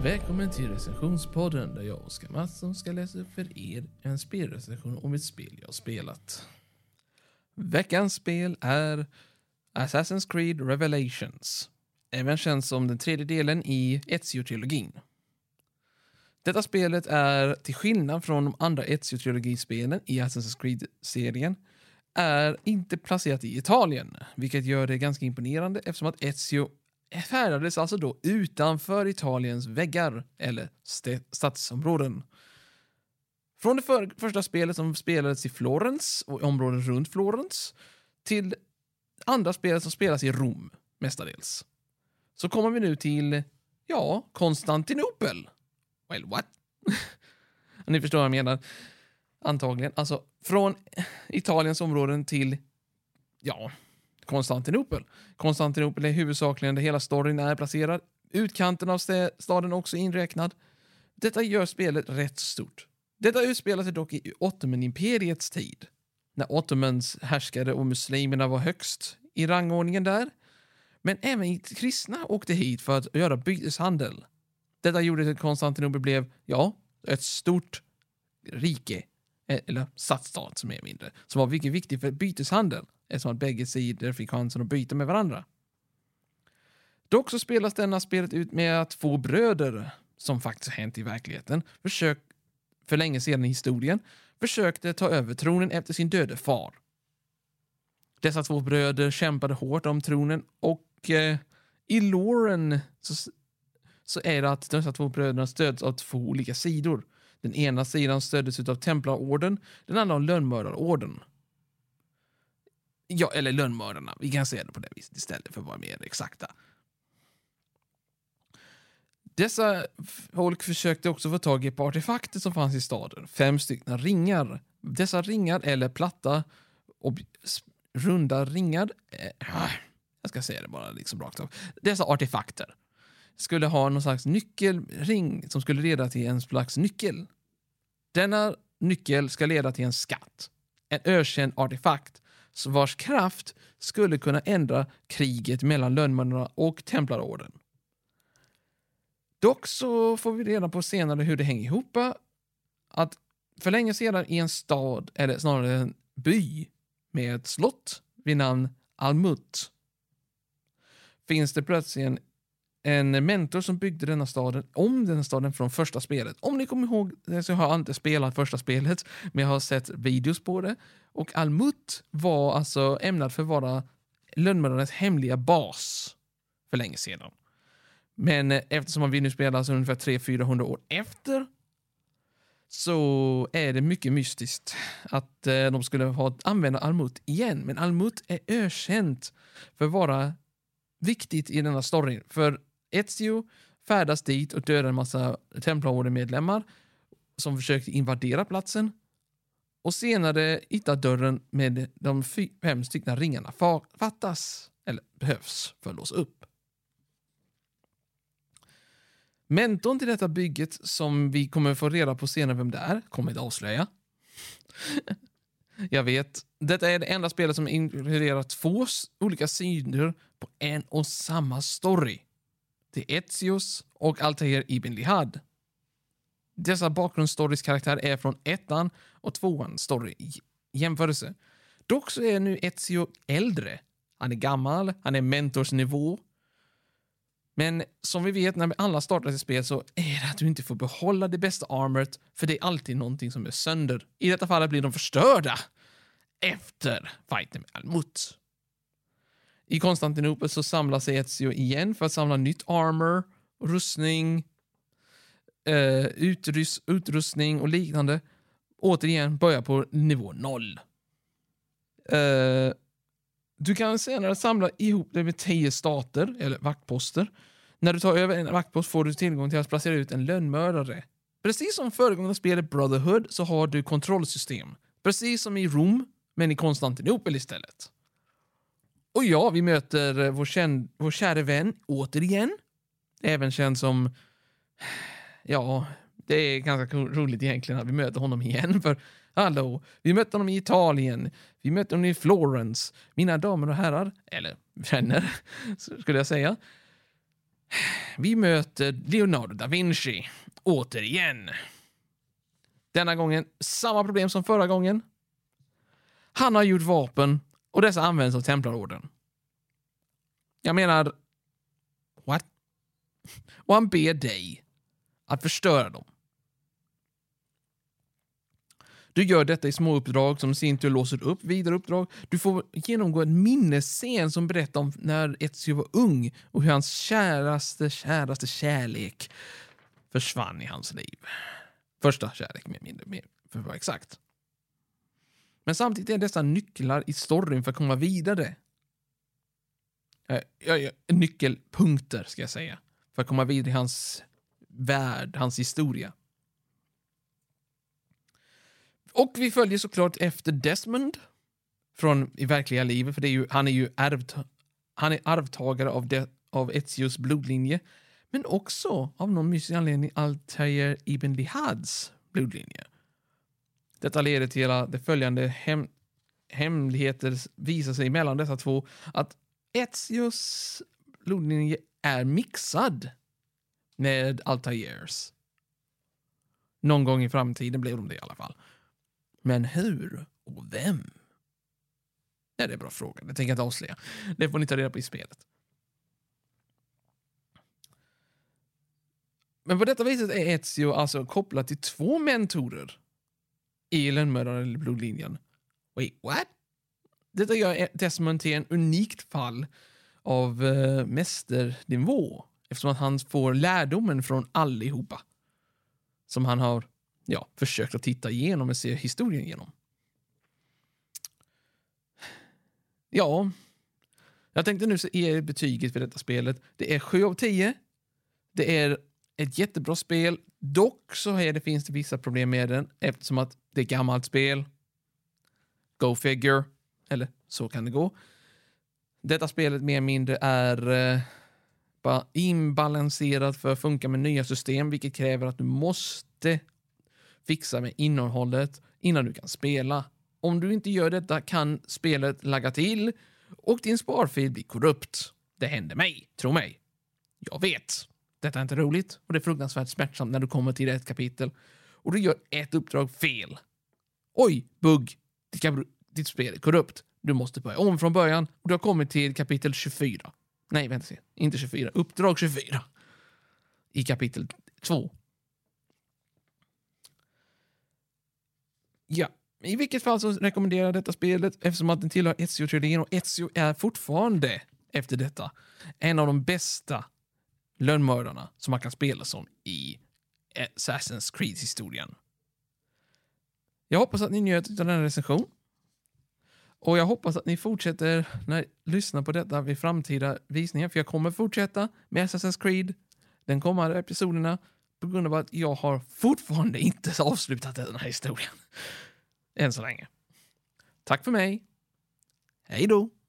Välkommen till recensionspodden där jag och Oskar Mattsson ska läsa upp för er en spelrecension om ett spel jag har spelat. Veckans spel är Assassin's Creed Revelations, även känd som den tredje delen i Ezio-trilogin. Detta spelet är, till skillnad från de andra Ezio-trilogispelen i Assassin's Creed-serien, är inte placerat i Italien, vilket gör det ganska imponerande eftersom att Ezio färdades alltså då utanför Italiens väggar eller stadsområden. Från det första spelet som spelades i Florens och områden runt Florens till andra spelet som spelas i Rom mestadels. Så kommer vi nu till, Konstantinopel. Well, what? Ni förstår vad jag menar. Antagligen. Alltså, från Italiens områden till, Konstantinopel. Konstantinopel är huvudsakligen där hela storyn är placerad. Utkanten av staden är också inräknad. Detta gör spelet rätt stort. Detta utspelar sig dock i Ottoman-imperiets tid. När Ottomans härskare och muslimerna var högst i rangordningen där. Men även kristna åkte hit för att göra byteshandel. Detta gjorde att Konstantinopel blev, ett stort rike. Eller stadsstat som är mindre. Som var mycket viktig för byteshandel. Eftersom att bägge sidor fick chansen att byta med varandra. Dock så spelas denna spelet ut med att två bröder, som faktiskt hänt i verkligheten, för länge sedan i historien, försökte ta över tronen efter sin döde far. Dessa två bröder kämpade hårt om tronen och i loren så är det att dessa två bröderna stöds av två olika sidor. Den ena sidan stöddes av Templarorden, den andra av lönnmördarorden. Ja, eller lönnmördarna. Vi kan säga det på det viset istället för att vara mer exakta. Dessa folk försökte också få tag i ett par artefakter som fanns i staden. 5 stycken ringar. Dessa ringar, eller platta och runda ringar. Jag ska säga det bara liksom rakt av. Dessa artefakter skulle ha någon slags nyckelring som skulle leda till en slags nyckel. Denna nyckel ska leda till en skatt. En ökänd artefakt vars kraft skulle kunna ändra kriget mellan lönnmördarna och Templarorden. Dock så får vi reda på senare hur det hänger ihop. Att för länge sedan i en stad, eller snarare en by med ett slott vid namn Almut, finns det plötsligt en mentor som byggde denna staden från första spelet. Om ni kommer ihåg det så har jag inte spelat första spelet, men jag har sett videos på det. Och Almut var alltså ämnad för att vara lönnmördarnas hemliga bas för länge sedan. Men eftersom vi nu spelar alltså ungefär 300-400 år efter, så är det mycket mystiskt att de skulle använda Almut igen. Men Almut är ökänt för att vara viktigt i denna story. För Ezio färdas dit och dödar en massa Templarorden-medlemmar som försökte invadera platsen. Och senare hittar dörren med de 5 stycken ringarna fattas eller behövs för att låsa upp. Mentorn till detta bygget, som vi kommer få reda på senare vem det är, kommer inte avslöja. Jag vet. Detta är det enda spelet som inkluderar 2 olika sidor på en och samma story. Det är Ezios och Altair Ibn Lihad. Dessa bakgrundsstories karaktär är från 1:an och 2:an story i jämförelse. Dock så är nu Ezio äldre. Han är gammal, han är mentorsnivå. Men som vi vet när vi alla startar ett spel så är det att du inte får behålla det bästa armoret, för det är alltid någonting som är sönder. I detta fallet blir de förstörda efter fighten med Almut. I Konstantinopel så samlar sig Ezio igen för att samla nytt armor, rustning, utrustning och liknande. Återigen börja på nivå 0. Du kan senare samla ihop det med 10 stater eller vaktposter. När du tar över en vaktpost får du tillgång till att placera ut en lönnmördare. Precis som föregående spelet Brotherhood så har du kontrollsystem. Precis som i Rom, men i Konstantinopel istället. Och ja, vi möter vår kära vän återigen. Även känd som... Ja, det är ganska roligt egentligen att vi möter honom igen. För hallå, vi mötte honom i Italien. Vi mötte honom i Florens. Mina damer och herrar, eller vänner, skulle jag säga. Vi möter Leonardo da Vinci. Återigen. Denna gången samma problem som förra gången. Han har gjort vapen och dessa används av Templarorden. Jag menar... What? Och han ber dig att förstöra dem. Du gör detta i små uppdrag som sin tur låser upp vidare uppdrag. Du får genomgå en minnesscen som berättar om när Ezio var ung och hur hans käraste kärlek försvann i hans liv. Första kärlek, mer för att vara exakt. Men samtidigt är dessa nycklar i storyn för att komma vidare. Nyckelpunkter ska jag säga. För att komma vidare i hans värld, hans historia. Och vi följer såklart efter Desmond från i verkliga livet, för han är arvtagare av Ezios blodlinje, men också av någon mysig anledning Altair ibn Lihads blodlinje. Detta leder till att det följande hemligheter visar sig mellan dessa två, att Ezios blodlinje är mixad med Altairs. Någon gång i framtiden blir de det i alla fall. Men hur och vem? Ja, det är en bra fråga. Det tänker jag inte avslöja. Det får ni ta reda på i spelet. Men på detta viset är Ezio alltså kopplad till 2 mentorer i lönnmördaren blodlinjen. Wait, what? Detta gör Desmond till en unikt fall av mästernivå, eftersom att han får lärdomen från allihopa som han har försökt att titta igenom och se historien igenom. Ja, jag tänkte nu se betyget för detta spelet. Det är 7 av 10. Det är ett jättebra spel. Dock så finns det vissa problem med den, eftersom att det är gammalt spel. Go figure. Eller så kan det gå. Detta spelet mer eller mindre är bara inbalanserat för att funka med nya system, vilket kräver att du måste fixa med innehållet innan du kan spela. Om du inte gör detta kan spelet lagga till och din sparfil blir korrupt. Det händer mig, tro mig. Jag vet. Detta är inte roligt och det är fruktansvärt smärtsamt när du kommer till ett kapitel och du gör ett uppdrag fel. Oj, bugg. Ditt spel är korrupt. Du måste börja om från början och du har kommit till kapitel 24. Nej, vänta, inte 24. Uppdrag 24. I kapitel 2. Ja, i vilket fall så rekommenderar jag detta spelet eftersom att den tillhör Ezio-trilogin och Ezio är fortfarande efter detta en av de bästa lönnmördarna som man kan spela som i Assassin's Creed-historien. Jag hoppas att ni njöt av den här recension. Och jag hoppas att ni fortsätter lyssna på detta vid framtida visningar. För jag kommer fortsätta med Assassin's Creed den kommande episoderna på grund av att jag har fortfarande inte avslutat den här historien. Än så länge. Tack för mig. Hej då.